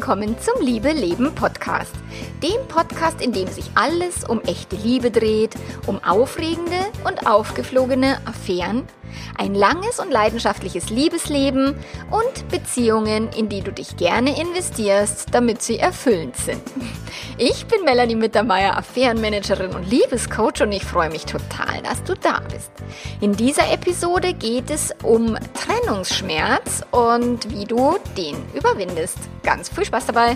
willkommen zum Liebe Leben Podcast. Dem Podcast, in dem sich alles um echte Liebe dreht, um aufregende und aufgeflogene Affären, ein langes und leidenschaftliches Liebesleben und Beziehungen, in die du dich gerne investierst, damit sie erfüllend sind. Ich bin Melanie Mittermeier, Affärenmanagerin und Liebescoach und ich freue mich total, dass du da bist. In dieser Episode geht es um Trennungsschmerz und wie du den überwindest. Ganz viel Spaß dabei!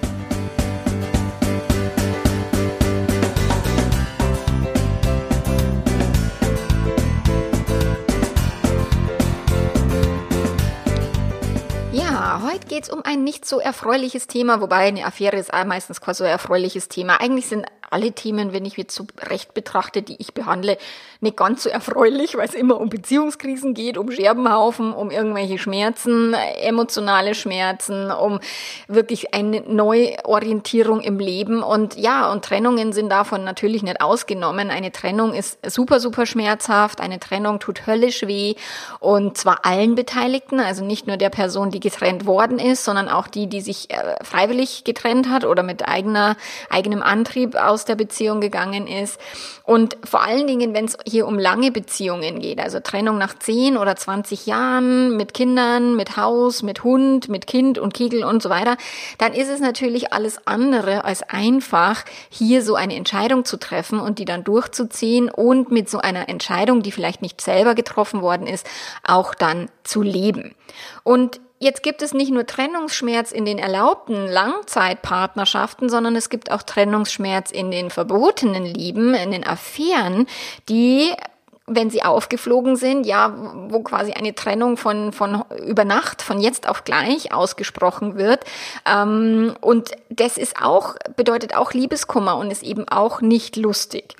Heute geht es um ein nicht so erfreuliches Thema, wobei eine Affäre ist meistens kein so erfreuliches Thema. Eigentlich sind alle Themen, wenn ich jetzt so recht betrachte, die ich behandle, nicht ganz so erfreulich, weil es immer um Beziehungskrisen geht, um Scherbenhaufen, um irgendwelche Schmerzen, emotionale Schmerzen, um wirklich eine Neuorientierung im Leben. Und ja, und Trennungen sind davon natürlich nicht ausgenommen. Eine Trennung ist super, super schmerzhaft. Eine Trennung tut höllisch weh und zwar allen Beteiligten, also nicht nur der Person, die getrennt worden ist, sondern auch die sich freiwillig getrennt hat oder mit eigenem Antrieb aus der Beziehung gegangen ist. Und vor allen Dingen, wenn es hier um lange Beziehungen geht, also Trennung nach 10 oder 20 Jahren mit Kindern, mit Haus, mit Hund, mit Kind und Kegel und so weiter, dann ist es natürlich alles andere als einfach, hier so eine Entscheidung zu treffen und die dann durchzuziehen und mit so einer Entscheidung, die vielleicht nicht selber getroffen worden ist, auch dann zu leben. Und jetzt gibt es nicht nur Trennungsschmerz in den erlaubten Langzeitpartnerschaften, sondern es gibt auch Trennungsschmerz in den verbotenen Lieben, in den Affären, die, wenn sie aufgeflogen sind, ja, wo quasi eine Trennung von über Nacht, von jetzt auf gleich ausgesprochen wird. Und das bedeutet auch Liebeskummer und ist eben auch nicht lustig.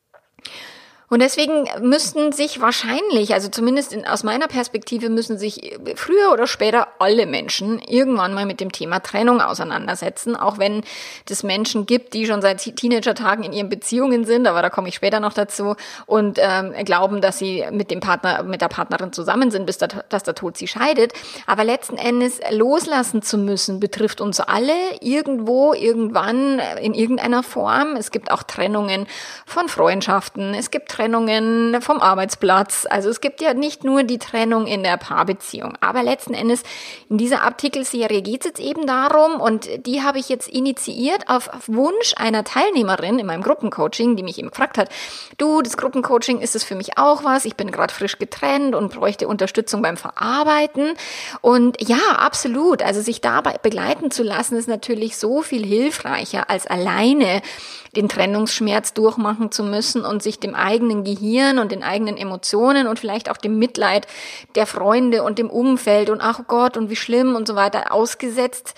Und deswegen müssten sich wahrscheinlich, also zumindest aus meiner Perspektive, müssen sich früher oder später alle Menschen irgendwann mal mit dem Thema Trennung auseinandersetzen, auch wenn es Menschen gibt, die schon seit Teenagertagen in ihren Beziehungen sind, aber da komme ich später noch dazu, und glauben, dass sie mit dem Partner, mit der Partnerin zusammen sind, dass der Tod sie scheidet. Aber letzten Endes loslassen zu müssen, betrifft uns alle irgendwo, irgendwann, in irgendeiner Form. Es gibt auch Trennungen von Freundschaften, es gibt Trennungen vom Arbeitsplatz. Also es gibt ja nicht nur die Trennung in der Paarbeziehung. Aber letzten Endes in dieser Artikelserie geht es jetzt eben darum, und die habe ich jetzt initiiert auf Wunsch einer Teilnehmerin in meinem Gruppencoaching, die mich eben gefragt hat, du, das Gruppencoaching, ist es für mich auch was? Ich bin gerade frisch getrennt und bräuchte Unterstützung beim Verarbeiten. Und ja, absolut. Also sich dabei begleiten zu lassen, ist natürlich so viel hilfreicher, als alleine den Trennungsschmerz durchmachen zu müssen und sich dem eigenen Gehirn und den eigenen Emotionen und vielleicht auch dem Mitleid der Freunde und dem Umfeld und ach Gott und wie schlimm und so weiter ausgesetzt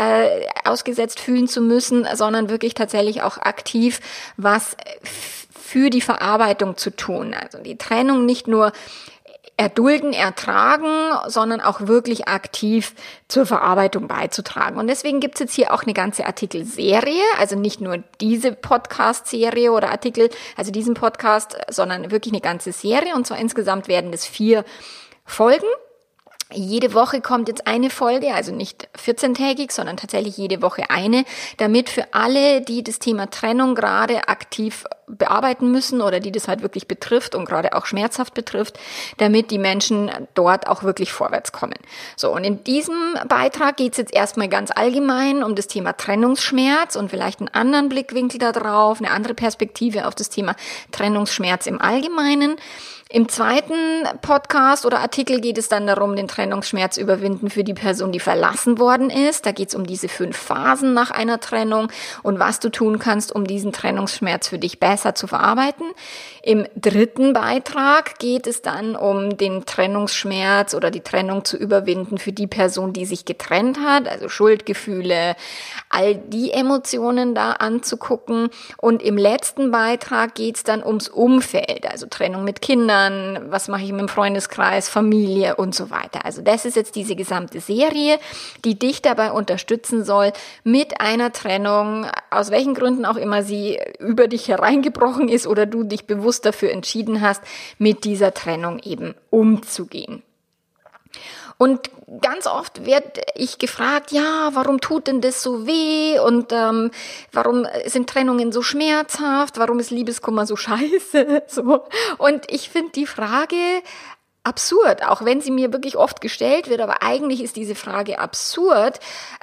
fühlen zu müssen, sondern wirklich tatsächlich auch aktiv was für die Verarbeitung zu tun. Also die Trennung nicht nur erdulden, ertragen, sondern auch wirklich aktiv zur Verarbeitung beizutragen. Und deswegen gibt's jetzt hier auch eine ganze Artikelserie, also nicht nur diese Podcast-Serie oder Artikel, also diesen Podcast, sondern wirklich eine ganze Serie. Und zwar insgesamt werden es 4 Folgen. Jede Woche kommt jetzt eine Folge, also nicht 14-tägig, sondern tatsächlich jede Woche eine, damit für alle, die das Thema Trennung gerade aktiv bearbeiten müssen oder die das halt wirklich betrifft und gerade auch schmerzhaft betrifft, damit die Menschen dort auch wirklich vorwärts kommen. So, und in diesem Beitrag geht es jetzt erstmal ganz allgemein um das Thema Trennungsschmerz und vielleicht einen anderen Blickwinkel da drauf, eine andere Perspektive auf das Thema Trennungsschmerz im Allgemeinen. Im zweiten Podcast oder Artikel geht es dann darum, den Trennungsschmerz überwinden für die Person, die verlassen worden ist. Da geht es um diese 5 Phasen nach einer Trennung und was du tun kannst, um diesen Trennungsschmerz für dich besser zu verarbeiten. Im dritten Beitrag geht es dann um den Trennungsschmerz oder die Trennung zu überwinden für die Person, die sich getrennt hat, also Schuldgefühle, all die Emotionen da anzugucken. Und im letzten Beitrag geht es dann ums Umfeld, also Trennung mit Kindern, was mache ich mit dem Freundeskreis, Familie und so weiter. Also das ist jetzt diese gesamte Serie, die dich dabei unterstützen soll, mit einer Trennung, aus welchen Gründen auch immer sie über dich hereingebrochen ist oder du dich bewusst dafür entschieden hast, mit dieser Trennung eben umzugehen. Und ganz oft werde ich gefragt, ja, warum tut denn das so weh und warum sind Trennungen so schmerzhaft, warum ist Liebeskummer so scheiße, so. Und ich finde die Frage absurd, auch wenn sie mir wirklich oft gestellt wird, aber eigentlich ist diese Frage absurd.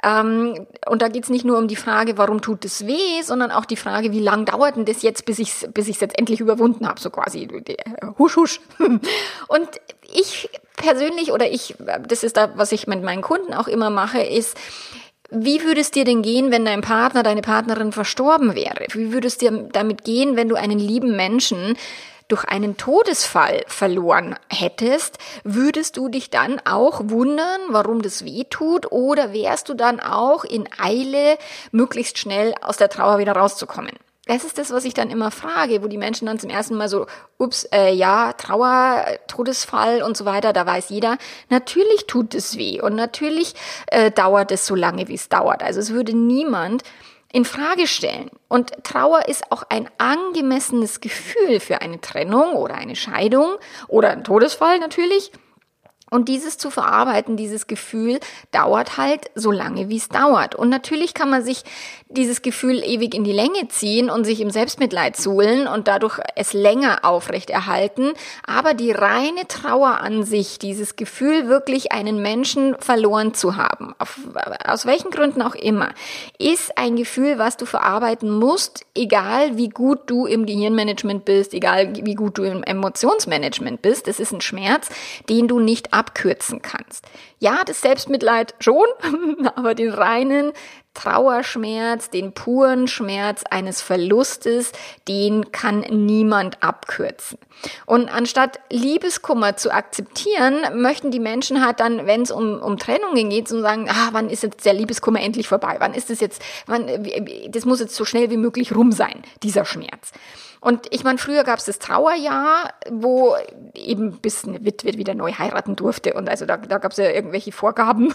Und da geht es nicht nur um die Frage, warum tut es weh, sondern auch die Frage, wie lang dauert denn das jetzt, bis ich es jetzt endlich überwunden habe, so quasi husch, husch. Und ich persönlich, das ist da, was ich mit meinen Kunden auch immer mache, ist, wie würde es dir denn gehen, wenn dein Partner, deine Partnerin verstorben wäre? Wie würde es dir damit gehen, wenn du einen lieben Menschen durch einen Todesfall verloren hättest? Würdest du dich dann auch wundern, warum das weh tut? Oder wärst du dann auch in Eile, möglichst schnell aus der Trauer wieder rauszukommen? Das ist das, was ich dann immer frage, wo die Menschen dann zum ersten Mal so, ja, Trauer, Todesfall und so weiter, da weiß jeder, natürlich tut es weh und natürlich dauert es so lange, wie es dauert. Also es würde niemand in Frage stellen. Und Trauer ist auch ein angemessenes Gefühl für eine Trennung oder eine Scheidung oder einen Todesfall natürlich. Und dieses zu verarbeiten, dieses Gefühl, dauert halt so lange, wie es dauert. Und natürlich kann man sich dieses Gefühl ewig in die Länge ziehen und sich im Selbstmitleid suhlen und dadurch es länger aufrechterhalten. Aber die reine Trauer an sich, dieses Gefühl, wirklich einen Menschen verloren zu haben, aus welchen Gründen auch immer, ist ein Gefühl, was du verarbeiten musst, egal wie gut du im Gehirnmanagement bist, egal wie gut du im Emotionsmanagement bist. Das ist ein Schmerz, den du nicht abkürzen kannst. Ja, das Selbstmitleid schon, aber den reinen Trauerschmerz, den puren Schmerz eines Verlustes, den kann niemand abkürzen. Und anstatt Liebeskummer zu akzeptieren, möchten die Menschen halt dann, wenn es um Trennungen geht, so sagen, wann ist jetzt der Liebeskummer endlich vorbei? Wann ist es jetzt, das muss jetzt so schnell wie möglich rum sein, dieser Schmerz. Und ich meine, früher gab es das Trauerjahr, wo eben bis eine Witwe wieder neu heiraten durfte. Und also da gab es ja irgendwelche Vorgaben,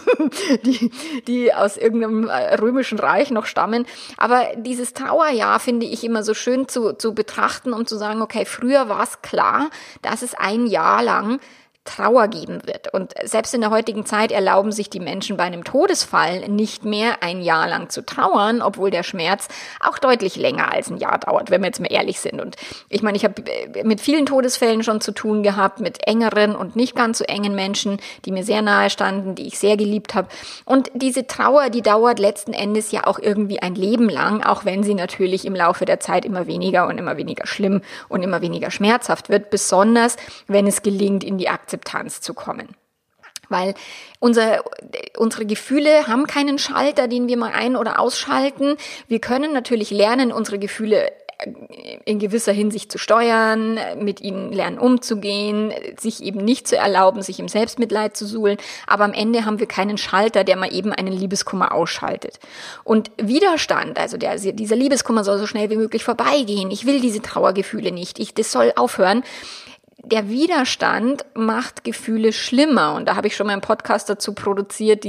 die aus irgendeinem römischen Reich noch stammen. Aber dieses Trauerjahr finde ich immer so schön zu betrachten und zu sagen, okay, früher war es klar, dass es ein Jahr lang Trauer geben wird. Und selbst in der heutigen Zeit erlauben sich die Menschen bei einem Todesfall nicht mehr ein Jahr lang zu trauern, obwohl der Schmerz auch deutlich länger als ein Jahr dauert, wenn wir jetzt mal ehrlich sind. Und ich meine, ich habe mit vielen Todesfällen schon zu tun gehabt, mit engeren und nicht ganz so engen Menschen, die mir sehr nahe standen, die ich sehr geliebt habe. Und diese Trauer, die dauert letzten Endes ja auch irgendwie ein Leben lang, auch wenn sie natürlich im Laufe der Zeit immer weniger und immer weniger schlimm und immer weniger schmerzhaft wird, besonders wenn es gelingt, in die Akzeptanz zu kommen. Weil unsere Gefühle haben keinen Schalter, den wir mal ein- oder ausschalten. Wir können natürlich lernen, unsere Gefühle in gewisser Hinsicht zu steuern, mit ihnen lernen umzugehen, sich eben nicht zu erlauben, sich im Selbstmitleid zu suhlen. Aber am Ende haben wir keinen Schalter, der mal eben einen Liebeskummer ausschaltet. Und Widerstand, also dieser Liebeskummer soll so schnell wie möglich vorbeigehen. Ich will diese Trauergefühle nicht. Das soll aufhören. Der Widerstand macht Gefühle schlimmer. Und da habe ich schon mal einen Podcast dazu produziert,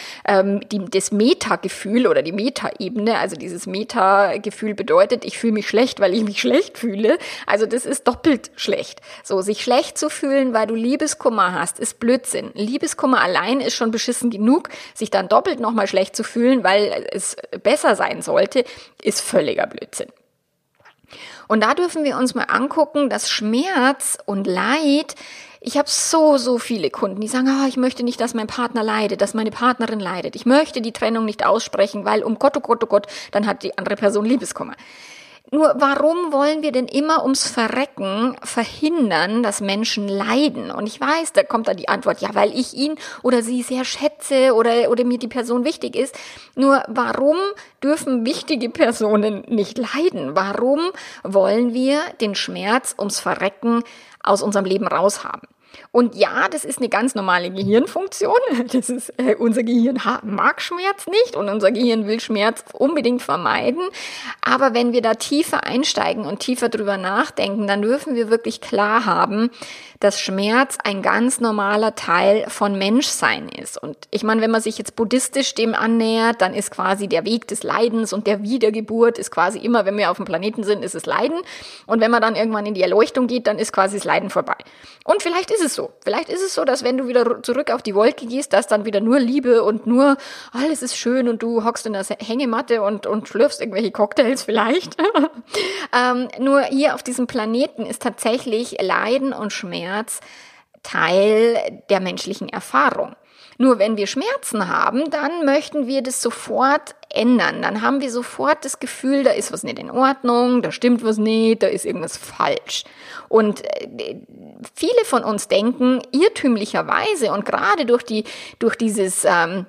das Meta-Gefühl oder die Meta-Ebene. Also dieses Meta-Gefühl bedeutet, ich fühle mich schlecht, weil ich mich schlecht fühle. Also das ist doppelt schlecht. So, sich schlecht zu fühlen, weil du Liebeskummer hast, ist Blödsinn. Liebeskummer allein ist schon beschissen genug. Sich dann doppelt nochmal schlecht zu fühlen, weil es besser sein sollte, ist völliger Blödsinn. Und da dürfen wir uns mal angucken, dass Schmerz und Leid, ich habe so viele Kunden, die sagen, ich möchte nicht, dass mein Partner leidet, dass meine Partnerin leidet. Ich möchte die Trennung nicht aussprechen, weil oh Gott, dann hat die andere Person Liebeskummer. Nur warum wollen wir denn immer ums Verrecken verhindern, dass Menschen leiden? Und ich weiß, da kommt dann die Antwort, ja, weil ich ihn oder sie sehr schätze oder mir die Person wichtig ist. Nur warum dürfen wichtige Personen nicht leiden? Warum wollen wir den Schmerz ums Verrecken aus unserem Leben raushaben? Und ja, das ist eine ganz normale Gehirnfunktion. Das ist, unser Gehirn mag Schmerz nicht und unser Gehirn will Schmerz unbedingt vermeiden. Aber wenn wir da tiefer einsteigen und tiefer drüber nachdenken, dann dürfen wir wirklich klar haben, dass Schmerz ein ganz normaler Teil von Menschsein ist. Und ich meine, wenn man sich jetzt buddhistisch dem annähert, dann ist quasi der Weg des Leidens und der Wiedergeburt ist quasi immer, wenn wir auf dem Planeten sind, ist es Leiden. Und wenn man dann irgendwann in die Erleuchtung geht, dann ist quasi das Leiden vorbei. Und vielleicht ist ist es so. Vielleicht ist es so, dass wenn du wieder zurück auf die Wolke gehst, dass dann wieder nur Liebe und nur alles ist schön und du hockst in der Hängematte und schlürfst irgendwelche Cocktails vielleicht. Nur hier auf diesem Planeten ist tatsächlich Leiden und Schmerz Teil der menschlichen Erfahrung. Nur wenn wir Schmerzen haben, dann möchten wir das sofort ändern. Dann haben wir sofort das Gefühl, da ist was nicht in Ordnung, da stimmt was nicht, da ist irgendwas falsch. Und viele von uns denken irrtümlicherweise und gerade durch dieses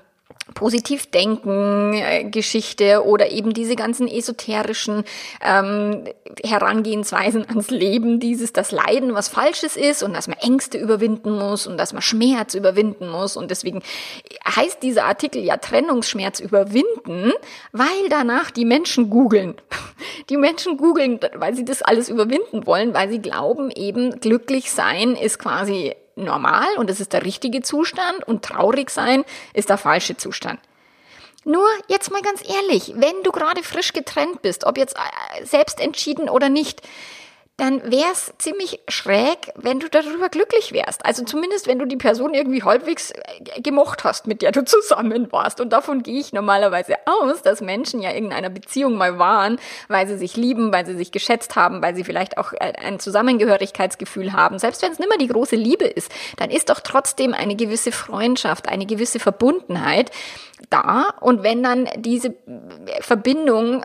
Positivdenken-Geschichte oder eben diese ganzen esoterischen Herangehensweisen ans Leben, das Leiden was Falsches ist und dass man Ängste überwinden muss und dass man Schmerz überwinden muss und deswegen heißt dieser Artikel ja Trennungsschmerz überwinden, weil danach die Menschen googeln. Die Menschen googeln, weil sie das alles überwinden wollen, weil sie glauben eben, glücklich sein ist quasi normal und es ist der richtige Zustand und traurig sein ist der falsche Zustand. Nur jetzt mal ganz ehrlich, wenn du gerade frisch getrennt bist, ob jetzt selbst entschieden oder nicht, dann wär's ziemlich schräg, wenn du darüber glücklich wärst. Also zumindest, wenn du die Person irgendwie halbwegs gemocht hast, mit der du zusammen warst. Und davon gehe ich normalerweise aus, dass Menschen ja in einer Beziehung mal waren, weil sie sich lieben, weil sie sich geschätzt haben, weil sie vielleicht auch ein Zusammengehörigkeitsgefühl haben. Selbst wenn es nicht mehr die große Liebe ist, dann ist doch trotzdem eine gewisse Freundschaft, eine gewisse Verbundenheit da. Und wenn dann diese Verbindung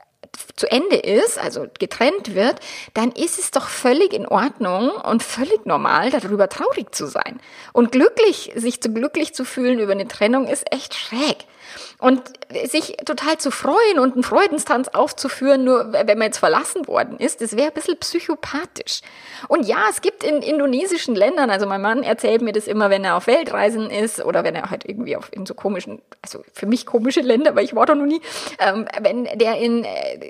zu Ende ist, also getrennt wird, dann ist es doch völlig in Ordnung und völlig normal, darüber traurig zu sein. Und sich glücklich zu fühlen über eine Trennung ist echt schräg. Und sich total zu freuen und einen Freudenstanz aufzuführen, nur wenn man jetzt verlassen worden ist, das wäre ein bisschen psychopathisch. Und ja, es gibt in indonesischen Ländern, also mein Mann erzählt mir das immer, wenn er auf Weltreisen ist oder wenn er halt irgendwie in so komischen, also für mich komische Länder, weil ich war da noch nie, wenn der in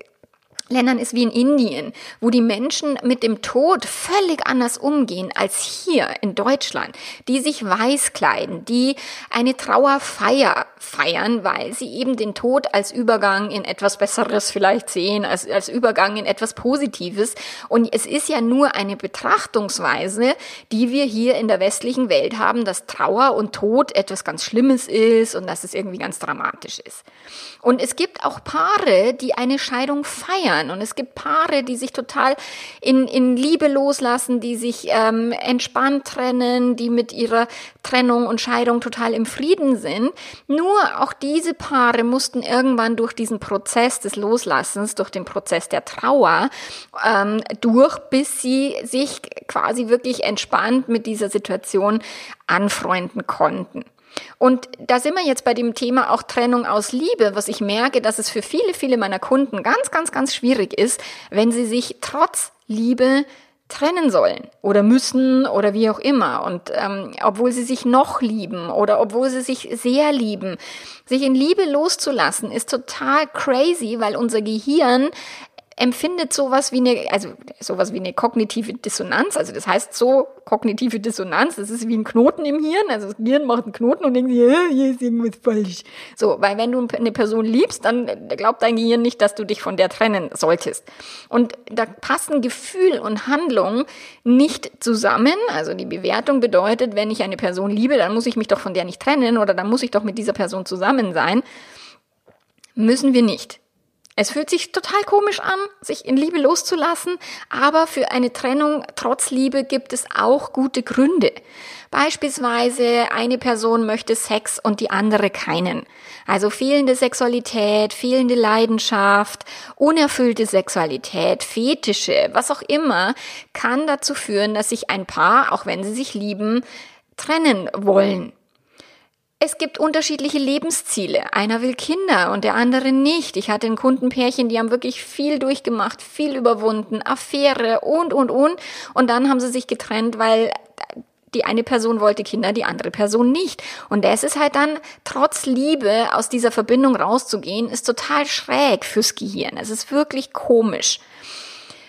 Ländern ist wie in Indien, wo die Menschen mit dem Tod völlig anders umgehen als hier in Deutschland, die sich weiß kleiden, die eine Trauerfeier feiern, weil sie eben den Tod als Übergang in etwas Besseres vielleicht sehen, als Übergang in etwas Positives. Und es ist ja nur eine Betrachtungsweise, die wir hier in der westlichen Welt haben, dass Trauer und Tod etwas ganz Schlimmes ist und dass es irgendwie ganz dramatisch ist. Und es gibt auch Paare, die eine Scheidung feiern. Und es gibt Paare, die sich total in Liebe loslassen, die sich entspannt trennen, die mit ihrer Trennung und Scheidung total im Frieden sind. Nur auch diese Paare mussten irgendwann durch diesen Prozess des Loslassens, durch den Prozess der Trauer bis sie sich quasi wirklich entspannt mit dieser Situation anfreunden konnten. Und da sind wir jetzt bei dem Thema auch Trennung aus Liebe, was ich merke, dass es für viele, viele meiner Kunden ganz, ganz, ganz schwierig ist, wenn sie sich trotz Liebe trennen sollen oder müssen oder wie auch immer. Und obwohl sie sich noch lieben oder obwohl sie sich sehr lieben, sich in Liebe loszulassen, ist total crazy, weil unser Gehirn empfindet sowas wie eine kognitive Dissonanz. Also das heißt so kognitive Dissonanz, das ist wie ein Knoten im Hirn. Also das Gehirn macht einen Knoten und denkt sich, hier ist irgendwas falsch. So, weil wenn du eine Person liebst, dann glaubt dein Gehirn nicht, dass du dich von der trennen solltest. Und da passen Gefühl und Handlung nicht zusammen. Also die Bewertung bedeutet, wenn ich eine Person liebe, dann muss ich mich doch von der nicht trennen oder dann muss ich doch mit dieser Person zusammen sein. Müssen wir nicht. Es fühlt sich total komisch an, sich in Liebe loszulassen, aber für eine Trennung trotz Liebe gibt es auch gute Gründe. Beispielsweise eine Person möchte Sex und die andere keinen. Also fehlende Sexualität, fehlende Leidenschaft, unerfüllte Sexualität, Fetische, was auch immer, kann dazu führen, dass sich ein Paar, auch wenn sie sich lieben, trennen wollen. Es gibt unterschiedliche Lebensziele. Einer will Kinder und der andere nicht. Ich hatte ein Kundenpärchen, die haben wirklich viel durchgemacht, viel überwunden, Affäre und. Und dann haben sie sich getrennt, weil die eine Person wollte Kinder, die andere Person nicht. Und das ist halt dann, trotz Liebe aus dieser Verbindung rauszugehen, ist total schräg fürs Gehirn. Es ist wirklich komisch.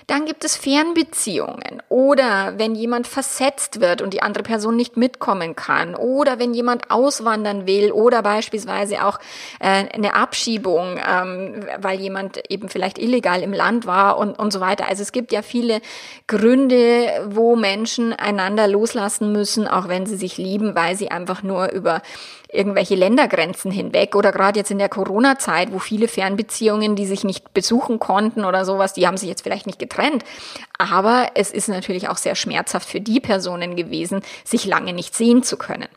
Dann gibt es Fernbeziehungen oder wenn jemand versetzt wird und die andere Person nicht mitkommen kann oder wenn jemand auswandern will oder beispielsweise auch eine Abschiebung, weil jemand eben vielleicht illegal im Land war und so weiter. Also es gibt ja viele Gründe, wo Menschen einander loslassen müssen, auch wenn sie sich lieben, weil sie einfach nur über irgendwelche Ländergrenzen hinweg oder gerade jetzt in der Corona-Zeit, wo viele Fernbeziehungen, die sich nicht besuchen konnten oder sowas, die haben sich jetzt vielleicht nicht getrennt. Aber es ist natürlich auch sehr schmerzhaft für die Personen gewesen, sich lange nicht sehen zu können.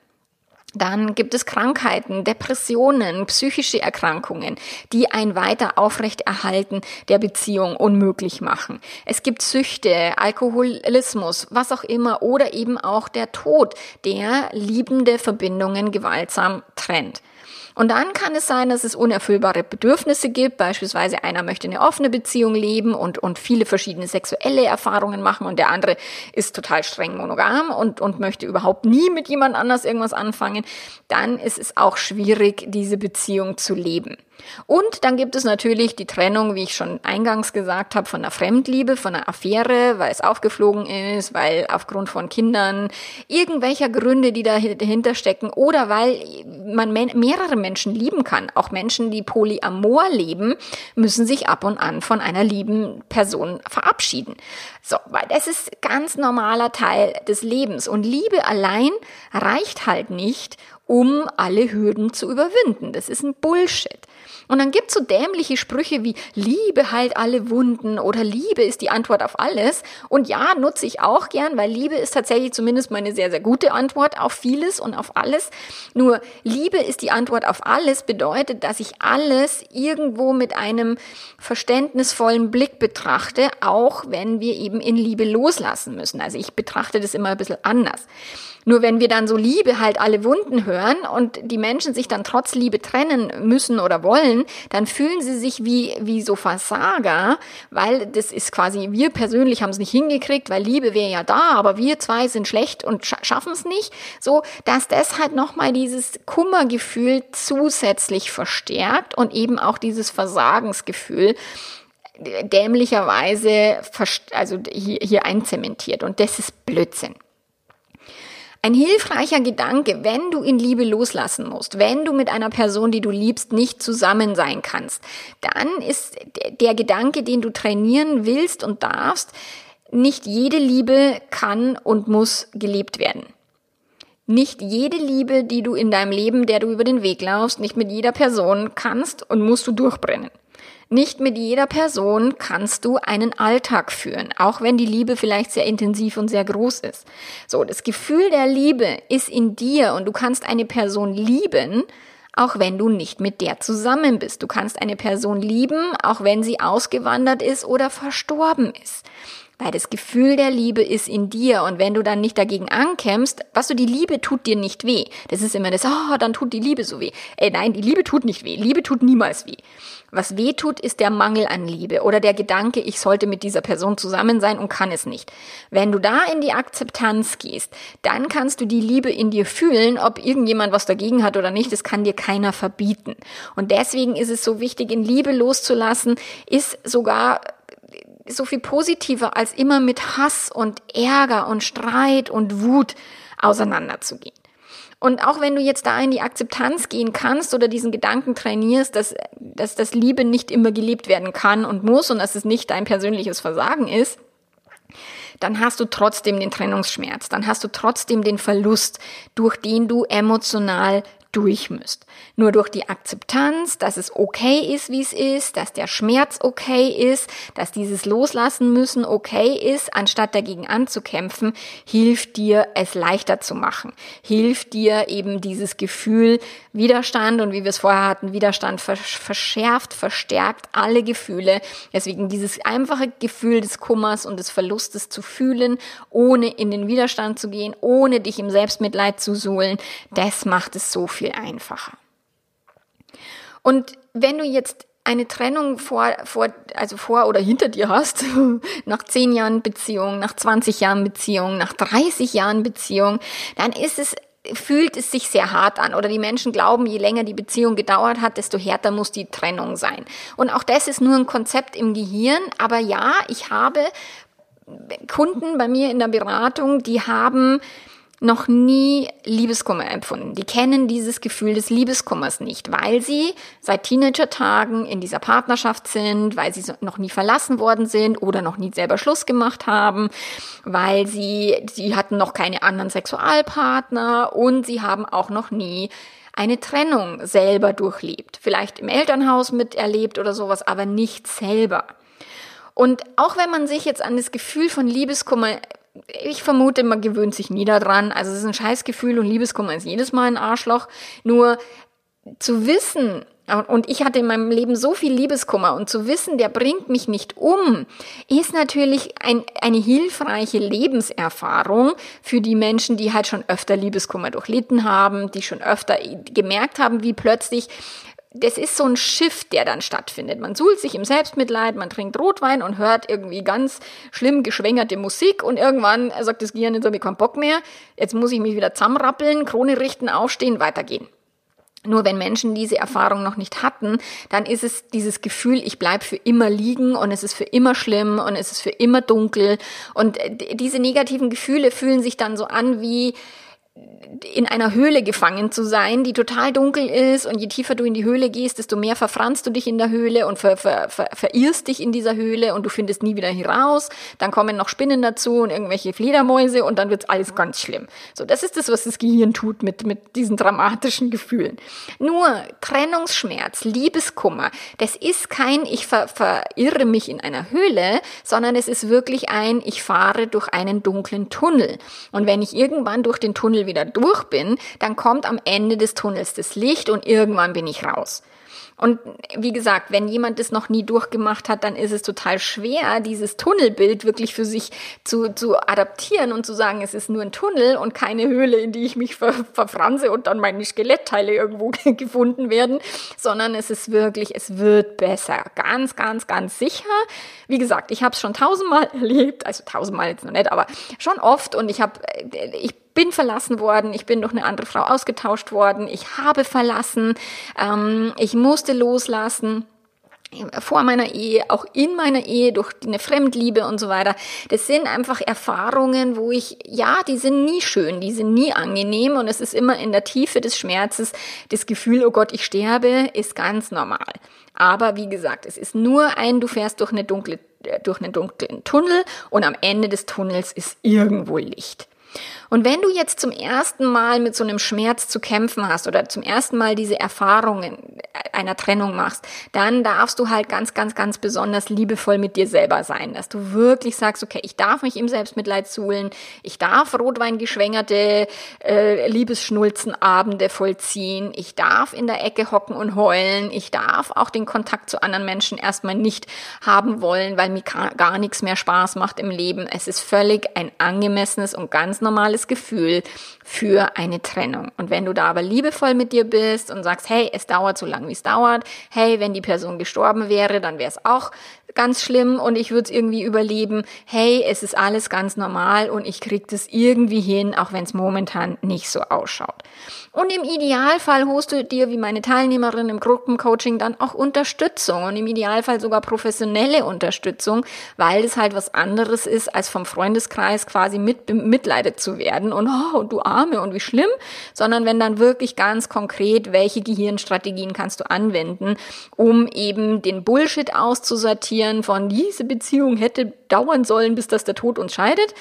Dann gibt es Krankheiten, Depressionen, psychische Erkrankungen, die ein weiter Aufrechterhalten der Beziehung unmöglich machen. Es gibt Süchte, Alkoholismus, was auch immer oder eben auch der Tod, der liebende Verbindungen gewaltsam trennt. Und dann kann es sein, dass es unerfüllbare Bedürfnisse gibt. Beispielsweise einer möchte eine offene Beziehung leben und viele verschiedene sexuelle Erfahrungen machen und der andere ist total streng monogam und möchte überhaupt nie mit jemand anders irgendwas anfangen. Dann ist es auch schwierig, diese Beziehung zu leben. Und dann gibt es natürlich die Trennung, wie ich schon eingangs gesagt habe, von der Fremdliebe, von der Affäre, weil es aufgeflogen ist, weil aufgrund von Kindern, irgendwelcher Gründe, die dahinter stecken oder weil man mehrere Menschen lieben kann. Auch Menschen, die polyamor leben, müssen sich ab und an von einer lieben Person verabschieden. So, weil das ist ganz normaler Teil des Lebens. Und Liebe allein reicht halt nicht, um alle Hürden zu überwinden. Das ist ein Bullshit. Und dann gibt's so dämliche Sprüche wie Liebe heilt alle Wunden oder Liebe ist die Antwort auf alles. Und ja, nutze ich auch gern, weil Liebe ist tatsächlich zumindest mal eine sehr, sehr gute Antwort auf vieles und auf alles. Nur Liebe ist die Antwort auf alles bedeutet, dass ich alles irgendwo mit einem verständnisvollen Blick betrachte, auch wenn wir eben in Liebe loslassen müssen. Also ich betrachte das immer ein bisschen anders. Nur wenn wir dann so Liebe halt alle Wunden hören und die Menschen sich dann trotz Liebe trennen müssen oder wollen, dann fühlen sie sich wie so Versager, weil das ist quasi, wir persönlich haben es nicht hingekriegt, weil Liebe wäre ja da, aber wir zwei sind schlecht und schaffen es nicht. So, dass das halt nochmal dieses Kummergefühl zusätzlich verstärkt und eben auch dieses Versagensgefühl dämlicherweise hier einzementiert. Und das ist Blödsinn. Ein hilfreicher Gedanke, wenn du in Liebe loslassen musst, wenn du mit einer Person, die du liebst, nicht zusammen sein kannst, dann ist der Gedanke, den du trainieren willst und darfst, nicht jede Liebe kann und muss gelebt werden. Nicht jede Liebe, die du in deinem Leben, der du über den Weg laufst, nicht mit jeder Person kannst und musst du durchbrennen. Nicht mit jeder Person kannst du einen Alltag führen, auch wenn die Liebe vielleicht sehr intensiv und sehr groß ist. So, das Gefühl der Liebe ist in dir und du kannst eine Person lieben, auch wenn du nicht mit der zusammen bist. Du kannst eine Person lieben, auch wenn sie ausgewandert ist oder verstorben ist. Weil das Gefühl der Liebe ist in dir und wenn du dann nicht dagegen ankämpfst, die Liebe tut dir nicht weh. Das ist immer das, dann tut die Liebe so weh. Nein, die Liebe tut nicht weh. Liebe tut niemals weh. Was weh tut, ist der Mangel an Liebe oder der Gedanke, ich sollte mit dieser Person zusammen sein und kann es nicht. Wenn du da in die Akzeptanz gehst, dann kannst du die Liebe in dir fühlen, ob irgendjemand was dagegen hat oder nicht, das kann dir keiner verbieten. Und deswegen ist es so wichtig, in Liebe loszulassen, ist sogar so viel positiver, als immer mit Hass und Ärger und Streit und Wut auseinanderzugehen. Und auch wenn du jetzt da in die Akzeptanz gehen kannst oder diesen Gedanken trainierst, dass das Liebe nicht immer gelebt werden kann und muss und dass es nicht dein persönliches Versagen ist, dann hast du trotzdem den Trennungsschmerz, dann hast du trotzdem den Verlust, durch den du emotional durch müsst. Nur durch die Akzeptanz, dass es okay ist, wie es ist, dass der Schmerz okay ist, dass dieses Loslassen müssen okay ist, anstatt dagegen anzukämpfen, hilft dir, es leichter zu machen. Hilft dir eben dieses Gefühl Widerstand und wie wir es vorher hatten, Widerstand verschärft, verstärkt alle Gefühle. Deswegen dieses einfache Gefühl des Kummers und des Verlustes zu fühlen, ohne in den Widerstand zu gehen, ohne dich im Selbstmitleid zu suhlen, das macht es so viel einfacher. Und wenn du jetzt eine Trennung vor oder hinter dir hast, nach 10 Jahren Beziehung, nach 20 Jahren Beziehung, nach 30 Jahren Beziehung, dann ist es fühlt es sich sehr hart an. Oder die Menschen glauben, je länger die Beziehung gedauert hat, desto härter muss die Trennung sein. Und auch das ist nur ein Konzept im Gehirn. Aber ja, ich habe Kunden bei mir in der Beratung, die haben noch nie Liebeskummer empfunden. Die kennen dieses Gefühl des Liebeskummers nicht, weil sie seit Teenager-Tagen in dieser Partnerschaft sind, weil sie noch nie verlassen worden sind oder noch nie selber Schluss gemacht haben, weil sie hatten noch keine anderen Sexualpartner und sie haben auch noch nie eine Trennung selber durchlebt. Vielleicht im Elternhaus miterlebt oder sowas, aber nicht selber. Und auch wenn man sich jetzt an das Gefühl von Liebeskummer, ich vermute, man gewöhnt sich nie daran. Also es ist ein Scheißgefühl und Liebeskummer ist jedes Mal ein Arschloch. Nur zu wissen, und ich hatte in meinem Leben so viel Liebeskummer, und zu wissen, der bringt mich nicht um, ist natürlich eine hilfreiche Lebenserfahrung für die Menschen, die halt schon öfter Liebeskummer durchlitten haben, die schon öfter gemerkt haben, wie plötzlich das ist so ein Shift, der dann stattfindet. Man suhlt sich im Selbstmitleid, man trinkt Rotwein und hört irgendwie ganz schlimm geschwängerte Musik und irgendwann sagt das Gehirn, jetzt habe ich keinen Bock mehr, jetzt muss ich mich wieder zusammenrappeln, Krone richten, aufstehen, weitergehen. Nur wenn Menschen diese Erfahrung noch nicht hatten, dann ist es dieses Gefühl, ich bleib für immer liegen und es ist für immer schlimm und es ist für immer dunkel. Und diese negativen Gefühle fühlen sich dann so an wie in einer Höhle gefangen zu sein, die total dunkel ist, und je tiefer du in die Höhle gehst, desto mehr verfranst du dich in der Höhle und verirrst dich in dieser Höhle und du findest nie wieder hier raus. Dann kommen noch Spinnen dazu und irgendwelche Fledermäuse und dann wird's alles ganz schlimm. So, das ist das, was das Gehirn tut mit diesen dramatischen Gefühlen. Nur Trennungsschmerz, Liebeskummer, das ist kein ich verirre mich in einer Höhle, sondern es ist wirklich ein ich fahre durch einen dunklen Tunnel. Und wenn ich irgendwann durch den Tunnel wieder durch bin, dann kommt am Ende des Tunnels das Licht und irgendwann bin ich raus. Und wie gesagt, wenn jemand das noch nie durchgemacht hat, dann ist es total schwer, dieses Tunnelbild wirklich für sich zu adaptieren und zu sagen, es ist nur ein Tunnel und keine Höhle, in die ich mich verfranse und dann meine Skelettteile irgendwo gefunden werden, sondern es ist wirklich, es wird besser. Ganz, ganz, ganz sicher. Wie gesagt, ich habe es schon 1000-mal erlebt, also 1000-mal jetzt noch nicht, aber schon oft, und ich bin verlassen worden, ich bin durch eine andere Frau ausgetauscht worden, ich habe verlassen, ich musste loslassen, vor meiner Ehe, auch in meiner Ehe, durch eine Fremdliebe und so weiter. Das sind einfach Erfahrungen, wo die sind nie schön, die sind nie angenehm, und es ist immer in der Tiefe des Schmerzes das Gefühl, oh Gott, ich sterbe, ist ganz normal. Aber wie gesagt, es ist nur du fährst durch einen dunklen Tunnel und am Ende des Tunnels ist irgendwo Licht. Und wenn du jetzt zum ersten Mal mit so einem Schmerz zu kämpfen hast oder zum ersten Mal diese Erfahrungen einer Trennung machst, dann darfst du halt ganz, ganz, ganz besonders liebevoll mit dir selber sein, dass du wirklich sagst, okay, ich darf mich im Selbstmitleid suhlen, ich darf rotweingeschwängerte Liebesschnulzenabende vollziehen, ich darf in der Ecke hocken und heulen, ich darf auch den Kontakt zu anderen Menschen erstmal nicht haben wollen, weil mir gar nichts mehr Spaß macht im Leben. Es ist völlig ein angemessenes und ganz normales Gefühl für eine Trennung. Und wenn du da aber liebevoll mit dir bist und sagst, hey, es dauert so lange, wie es dauert, hey, wenn die Person gestorben wäre, dann wäre es auch ganz schlimm und ich würde es irgendwie überleben, hey, es ist alles ganz normal und ich kriege das irgendwie hin, auch wenn es momentan nicht so ausschaut. Und im Idealfall holst du dir, wie meine Teilnehmerin im Gruppencoaching, dann auch Unterstützung und im Idealfall sogar professionelle Unterstützung, weil es halt was anderes ist, als vom Freundeskreis quasi mitleidet zu werden und oh, du Arme und wie schlimm, sondern wenn dann wirklich ganz konkret, welche Gehirnstrategien kannst du anwenden, um eben den Bullshit auszusortieren, von diese Beziehung hätte dauern sollen, bis dass der Tod uns scheidet.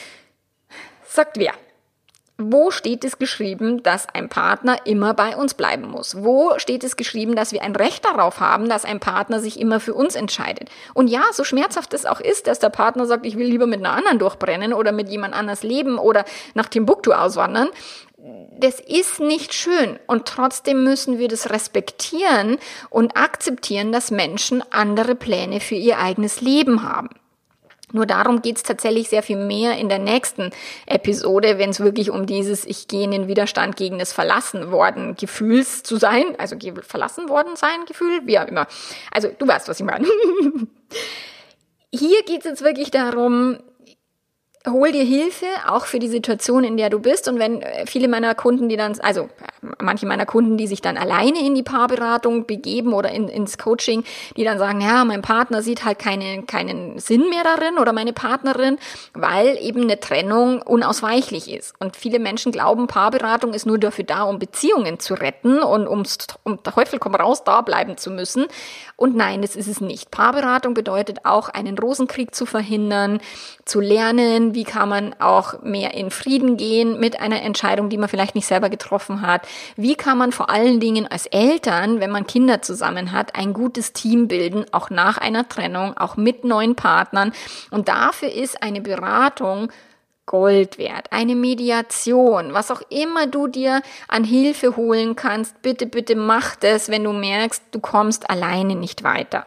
Sagt wer? Wo steht es geschrieben, dass ein Partner immer bei uns bleiben muss? Wo steht es geschrieben, dass wir ein Recht darauf haben, dass ein Partner sich immer für uns entscheidet? Und ja, so schmerzhaft es auch ist, dass der Partner sagt, ich will lieber mit einer anderen durchbrennen oder mit jemand anders leben oder nach Timbuktu auswandern, das ist nicht schön und trotzdem müssen wir das respektieren und akzeptieren, dass Menschen andere Pläne für ihr eigenes Leben haben. Nur darum geht's tatsächlich sehr viel mehr in der nächsten Episode, wenn es wirklich um dieses ich gehe in den Widerstand gegen das verlassen worden Gefühls zu sein, also verlassen worden sein Gefühl, wie auch immer. Also du weißt, was ich meine. Hier geht's jetzt wirklich darum, hol dir Hilfe, auch für die Situation, in der du bist. Und wenn viele meiner Kunden, manche meiner Kunden, die sich dann alleine in die Paarberatung begeben oder ins Coaching, die dann sagen, ja, mein Partner sieht halt keinen Sinn mehr darin oder meine Partnerin, weil eben eine Trennung unausweichlich ist. Und viele Menschen glauben, Paarberatung ist nur dafür da, um Beziehungen zu retten und um der Teufel komm raus, da bleiben zu müssen. Und nein, das ist es nicht. Paarberatung bedeutet auch, einen Rosenkrieg zu verhindern, zu lernen, wie kann man auch mehr in Frieden gehen mit einer Entscheidung, die man vielleicht nicht selber getroffen hat. Wie kann man vor allen Dingen als Eltern, wenn man Kinder zusammen hat, ein gutes Team bilden, auch nach einer Trennung, auch mit neuen Partnern. Und dafür ist eine Beratung Gold wert, eine Mediation, was auch immer du dir an Hilfe holen kannst, bitte, bitte mach das, wenn du merkst, du kommst alleine nicht weiter.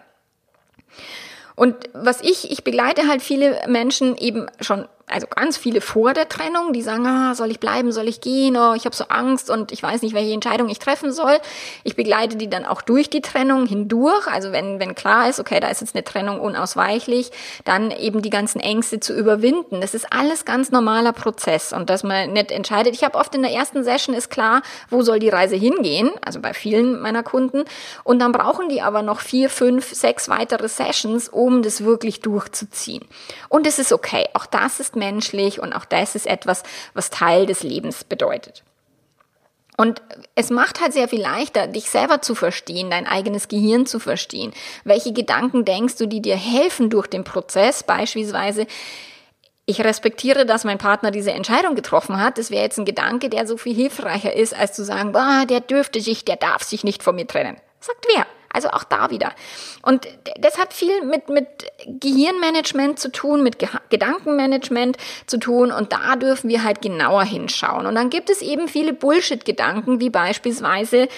Und ich begleite halt viele Menschen eben schon, also ganz viele vor der Trennung, die sagen, soll ich bleiben, soll ich gehen, ich habe so Angst und ich weiß nicht, welche Entscheidung ich treffen soll. Ich begleite die dann auch durch die Trennung hindurch, also wenn klar ist, okay, da ist jetzt eine Trennung unausweichlich, dann eben die ganzen Ängste zu überwinden. Das ist alles ganz normaler Prozess und dass man nicht entscheidet. Ich habe oft in der ersten Session ist klar, wo soll die Reise hingehen, also bei vielen meiner Kunden, und dann brauchen die aber noch 4, 5, 6 weitere Sessions, um das wirklich durchzuziehen. Und es ist okay, auch das ist menschlich und auch das ist etwas, was Teil des Lebens bedeutet. Und es macht halt sehr viel leichter, dich selber zu verstehen, dein eigenes Gehirn zu verstehen. Welche Gedanken denkst du, die dir helfen durch den Prozess? Beispielsweise, ich respektiere, dass mein Partner diese Entscheidung getroffen hat. Das wäre jetzt ein Gedanke, der so viel hilfreicher ist, als zu sagen, der darf sich nicht von mir trennen. Sagt wer? Also auch da wieder. Und das hat viel mit Gehirnmanagement zu tun, mit Gedankenmanagement zu tun und da dürfen wir halt genauer hinschauen. Und dann gibt es eben viele Bullshit-Gedanken, wie beispielsweise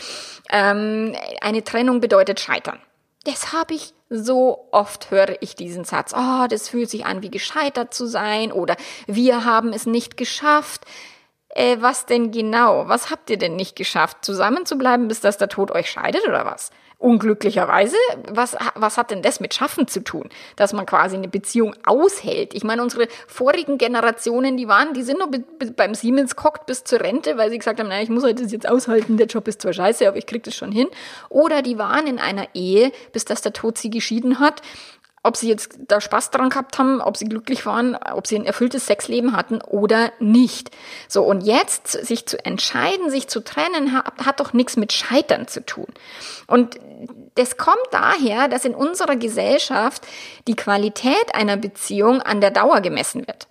eine Trennung bedeutet Scheitern. Das habe ich so oft, höre ich diesen Satz. Das fühlt sich an wie gescheitert zu sein oder wir haben es nicht geschafft. Was denn genau? Was habt ihr denn nicht geschafft? Zusammen zu bleiben, bis dass der Tod euch scheidet oder was? Unglücklicherweise, was hat denn das mit Schaffen zu tun? Dass man quasi eine Beziehung aushält. Ich meine, unsere vorigen Generationen, die sind noch beim Siemens gehockt bis zur Rente, weil sie gesagt haben, ich muss halt das jetzt aushalten, der Job ist zwar scheiße, aber ich krieg das schon hin. Oder die waren in einer Ehe, bis dass der Tod sie geschieden hat. Ob sie jetzt da Spaß dran gehabt haben, ob sie glücklich waren, ob sie ein erfülltes Sexleben hatten oder nicht. So, und jetzt sich zu entscheiden, sich zu trennen, hat doch nichts mit Scheitern zu tun. Und das kommt daher, dass in unserer Gesellschaft die Qualität einer Beziehung an der Dauer gemessen wird.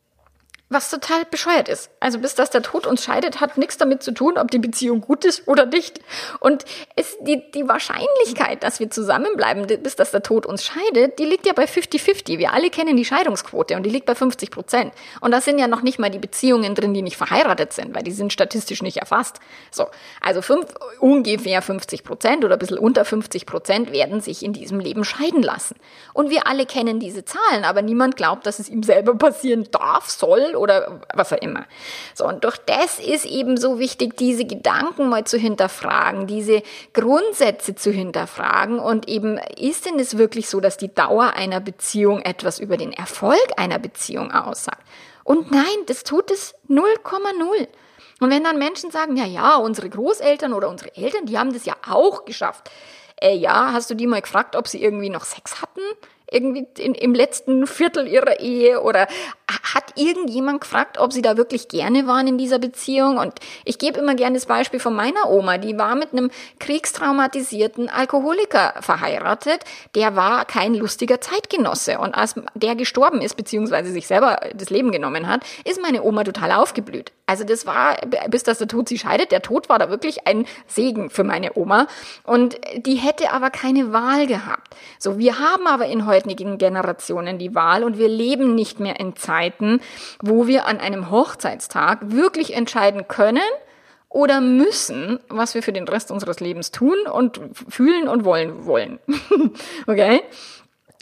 Was total bescheuert ist. Also bis dass der Tod uns scheidet, hat nichts damit zu tun, ob die Beziehung gut ist oder nicht. Und die Wahrscheinlichkeit, dass wir zusammenbleiben, bis dass der Tod uns scheidet, die liegt ja bei 50-50. Wir alle kennen die Scheidungsquote und die liegt bei 50%. Und da sind ja noch nicht mal die Beziehungen drin, die nicht verheiratet sind, weil die sind statistisch nicht erfasst. So, also ungefähr 50% oder ein bisschen unter 50% werden sich in diesem Leben scheiden lassen. Und wir alle kennen diese Zahlen, aber niemand glaubt, dass es ihm selber passieren darf, soll oder was auch immer. So, und durch das ist eben so wichtig, diese Gedanken mal zu hinterfragen, diese Grundsätze zu hinterfragen und eben, ist denn es wirklich so, dass die Dauer einer Beziehung etwas über den Erfolg einer Beziehung aussagt? Und nein, das tut es 0,0. Und wenn dann Menschen sagen, ja, unsere Großeltern oder unsere Eltern, die haben das ja auch geschafft. Hast du die mal gefragt, ob sie irgendwie noch Sex hatten? Irgendwie im letzten Viertel ihrer Ehe oder hat irgendjemand gefragt, ob sie da wirklich gerne waren in dieser Beziehung? Und ich gebe immer gerne das Beispiel von meiner Oma, die war mit einem kriegstraumatisierten Alkoholiker verheiratet, der war kein lustiger Zeitgenosse und als der gestorben ist, beziehungsweise sich selber das Leben genommen hat, ist meine Oma total aufgeblüht. Also das war, bis dass der Tod sie scheidet, der Tod war da wirklich ein Segen für meine Oma und die hätte aber keine Wahl gehabt. So, wir haben aber in heutigen Generationen die Wahl und wir leben nicht mehr in Zeiten, wo wir an einem Hochzeitstag wirklich entscheiden können oder müssen, was wir für den Rest unseres Lebens tun und fühlen und wollen. Okay?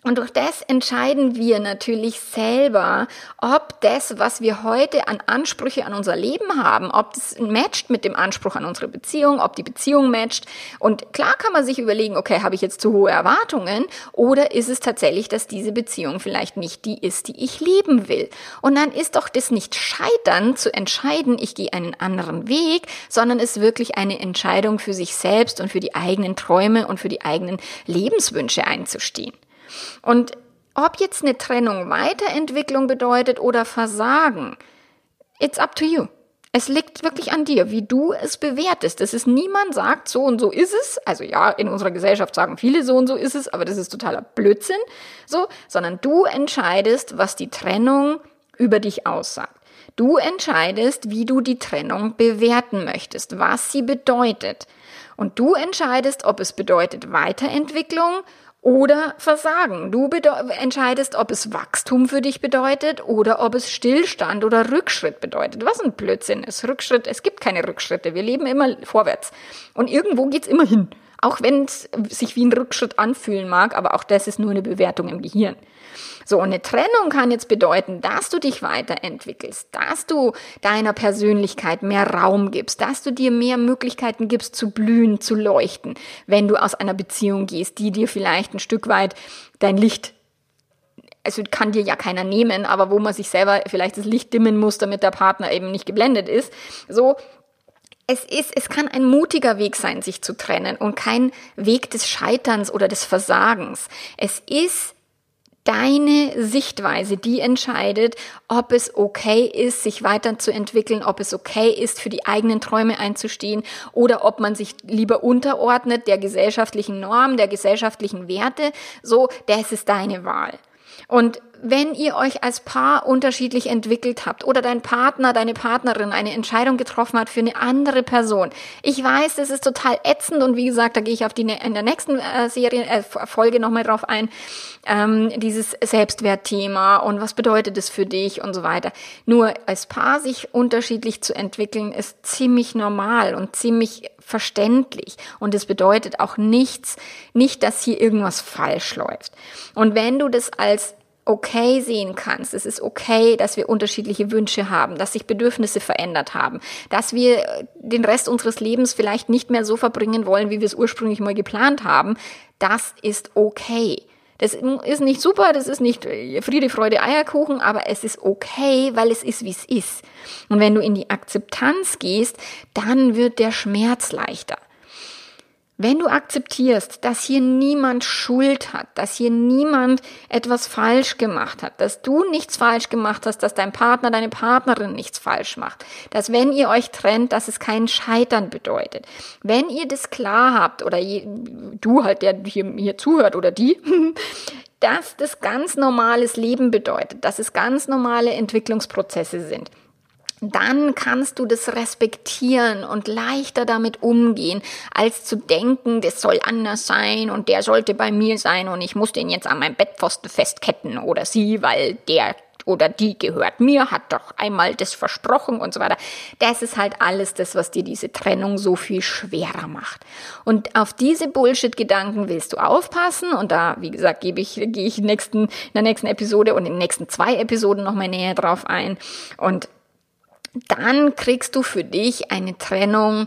Und durch das entscheiden wir natürlich selber, ob das, was wir heute an Ansprüche an unser Leben haben, ob das matcht mit dem Anspruch an unsere Beziehung, ob die Beziehung matcht. Und klar kann man sich überlegen, okay, habe ich jetzt zu hohe Erwartungen oder ist es tatsächlich, dass diese Beziehung vielleicht nicht die ist, die ich leben will? Und dann ist doch das nicht Scheitern zu entscheiden, ich gehe einen anderen Weg, sondern ist wirklich eine Entscheidung für sich selbst und für die eigenen Träume und für die eigenen Lebenswünsche einzustehen. Und ob jetzt eine Trennung Weiterentwicklung bedeutet oder Versagen, it's up to you. Es liegt wirklich an dir, wie du es bewertest. Das ist niemand sagt, so und so ist es. Also ja, in unserer Gesellschaft sagen viele, so und so ist es, aber das ist totaler Blödsinn. So, sondern du entscheidest, was die Trennung über dich aussagt. Du entscheidest, wie du die Trennung bewerten möchtest, was sie bedeutet. Und du entscheidest, ob es bedeutet Weiterentwicklung oder Versagen. Du entscheidest, ob es Wachstum für dich bedeutet oder ob es Stillstand oder Rückschritt bedeutet. Was ein Blödsinn ist. Rückschritt, es gibt keine Rückschritte. Wir leben immer vorwärts. Und irgendwo geht's immer hin. Auch wenn es sich wie ein Rückschritt anfühlen mag, aber auch das ist nur eine Bewertung im Gehirn. So, eine Trennung kann jetzt bedeuten, dass du dich weiterentwickelst, dass du deiner Persönlichkeit mehr Raum gibst, dass du dir mehr Möglichkeiten gibst zu blühen, zu leuchten, wenn du aus einer Beziehung gehst, die dir vielleicht ein Stück weit dein Licht, also kann dir ja keiner nehmen, aber wo man sich selber vielleicht das Licht dimmen muss, damit der Partner eben nicht geblendet ist. So, es kann ein mutiger Weg sein, sich zu trennen und kein Weg des Scheiterns oder des Versagens. Es ist deine Sichtweise, die entscheidet, ob es okay ist, sich weiterzuentwickeln, ob es okay ist, für die eigenen Träume einzustehen oder ob man sich lieber unterordnet der gesellschaftlichen Norm, der gesellschaftlichen Werte. So, das ist deine Wahl. Und wenn ihr euch als Paar unterschiedlich entwickelt habt oder dein Partner, deine Partnerin eine Entscheidung getroffen hat für eine andere Person. Ich weiß, das ist total ätzend und wie gesagt, da gehe ich in der nächsten Folge nochmal drauf ein, dieses Selbstwertthema und was bedeutet es für dich und so weiter. Nur als Paar sich unterschiedlich zu entwickeln, ist ziemlich normal und ziemlich verständlich und es bedeutet auch nicht, dass hier irgendwas falsch läuft. Und wenn du das als okay sehen kannst. Es ist okay, dass wir unterschiedliche Wünsche haben, dass sich Bedürfnisse verändert haben, dass wir den Rest unseres Lebens vielleicht nicht mehr so verbringen wollen, wie wir es ursprünglich mal geplant haben. Das ist okay. Das ist nicht super, das ist nicht Friede, Freude, Eierkuchen, aber es ist okay, weil es ist, wie es ist. Und wenn du in die Akzeptanz gehst, dann wird der Schmerz leichter. Wenn du akzeptierst, dass hier niemand Schuld hat, dass hier niemand etwas falsch gemacht hat, dass du nichts falsch gemacht hast, dass dein Partner, deine Partnerin nichts falsch macht, dass wenn ihr euch trennt, dass es kein Scheitern bedeutet. Wenn ihr das klar habt oder du halt, der hier zuhört oder die, dass das ganz normales Leben bedeutet, dass es ganz normale Entwicklungsprozesse sind, dann kannst du das respektieren und leichter damit umgehen, als zu denken, das soll anders sein und der sollte bei mir sein und ich muss den jetzt an meinem Bettpfosten festketten oder sie, weil der oder die gehört mir, hat doch einmal das versprochen und so weiter. Das ist halt alles das, was dir diese Trennung so viel schwerer macht. Und auf diese Bullshit-Gedanken willst du aufpassen und da, wie gesagt, gehe ich in der nächsten Episode und in den nächsten 2 Episoden nochmal näher drauf ein und dann kriegst du für dich eine Trennung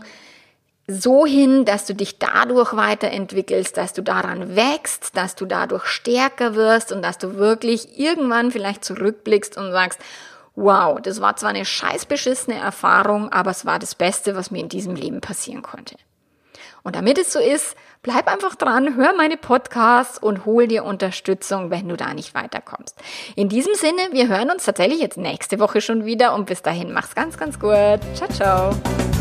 so hin, dass du dich dadurch weiterentwickelst, dass du daran wächst, dass du dadurch stärker wirst und dass du wirklich irgendwann vielleicht zurückblickst und sagst, wow, das war zwar eine scheiß beschissene Erfahrung, aber es war das Beste, was mir in diesem Leben passieren konnte. Und damit es so ist, bleib einfach dran, hör meine Podcasts und hol dir Unterstützung, wenn du da nicht weiterkommst. In diesem Sinne, wir hören uns tatsächlich jetzt nächste Woche schon wieder und bis dahin mach's ganz, ganz gut. Ciao, ciao.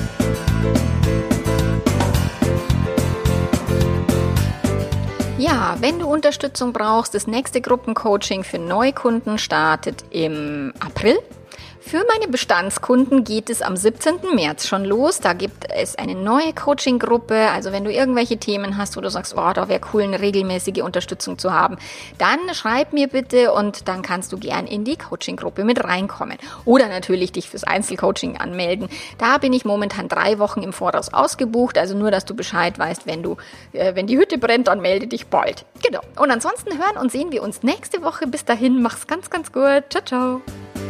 Ja, wenn du Unterstützung brauchst, das nächste Gruppencoaching für Neukunden startet im April. Für meine Bestandskunden geht es am 17. März schon los. Da gibt es eine neue Coaching-Gruppe. Also wenn du irgendwelche Themen hast, wo du sagst, oh, da wäre cool, eine regelmäßige Unterstützung zu haben, dann schreib mir bitte und dann kannst du gern in die Coaching-Gruppe mit reinkommen. Oder natürlich dich fürs Einzelcoaching anmelden. Da bin ich momentan 3 Wochen im Voraus ausgebucht. Also nur, dass du Bescheid weißt, wenn die Hütte brennt, dann melde dich bald. Genau. Und ansonsten hören und sehen wir uns nächste Woche. Bis dahin, mach's ganz, ganz gut. Ciao, ciao.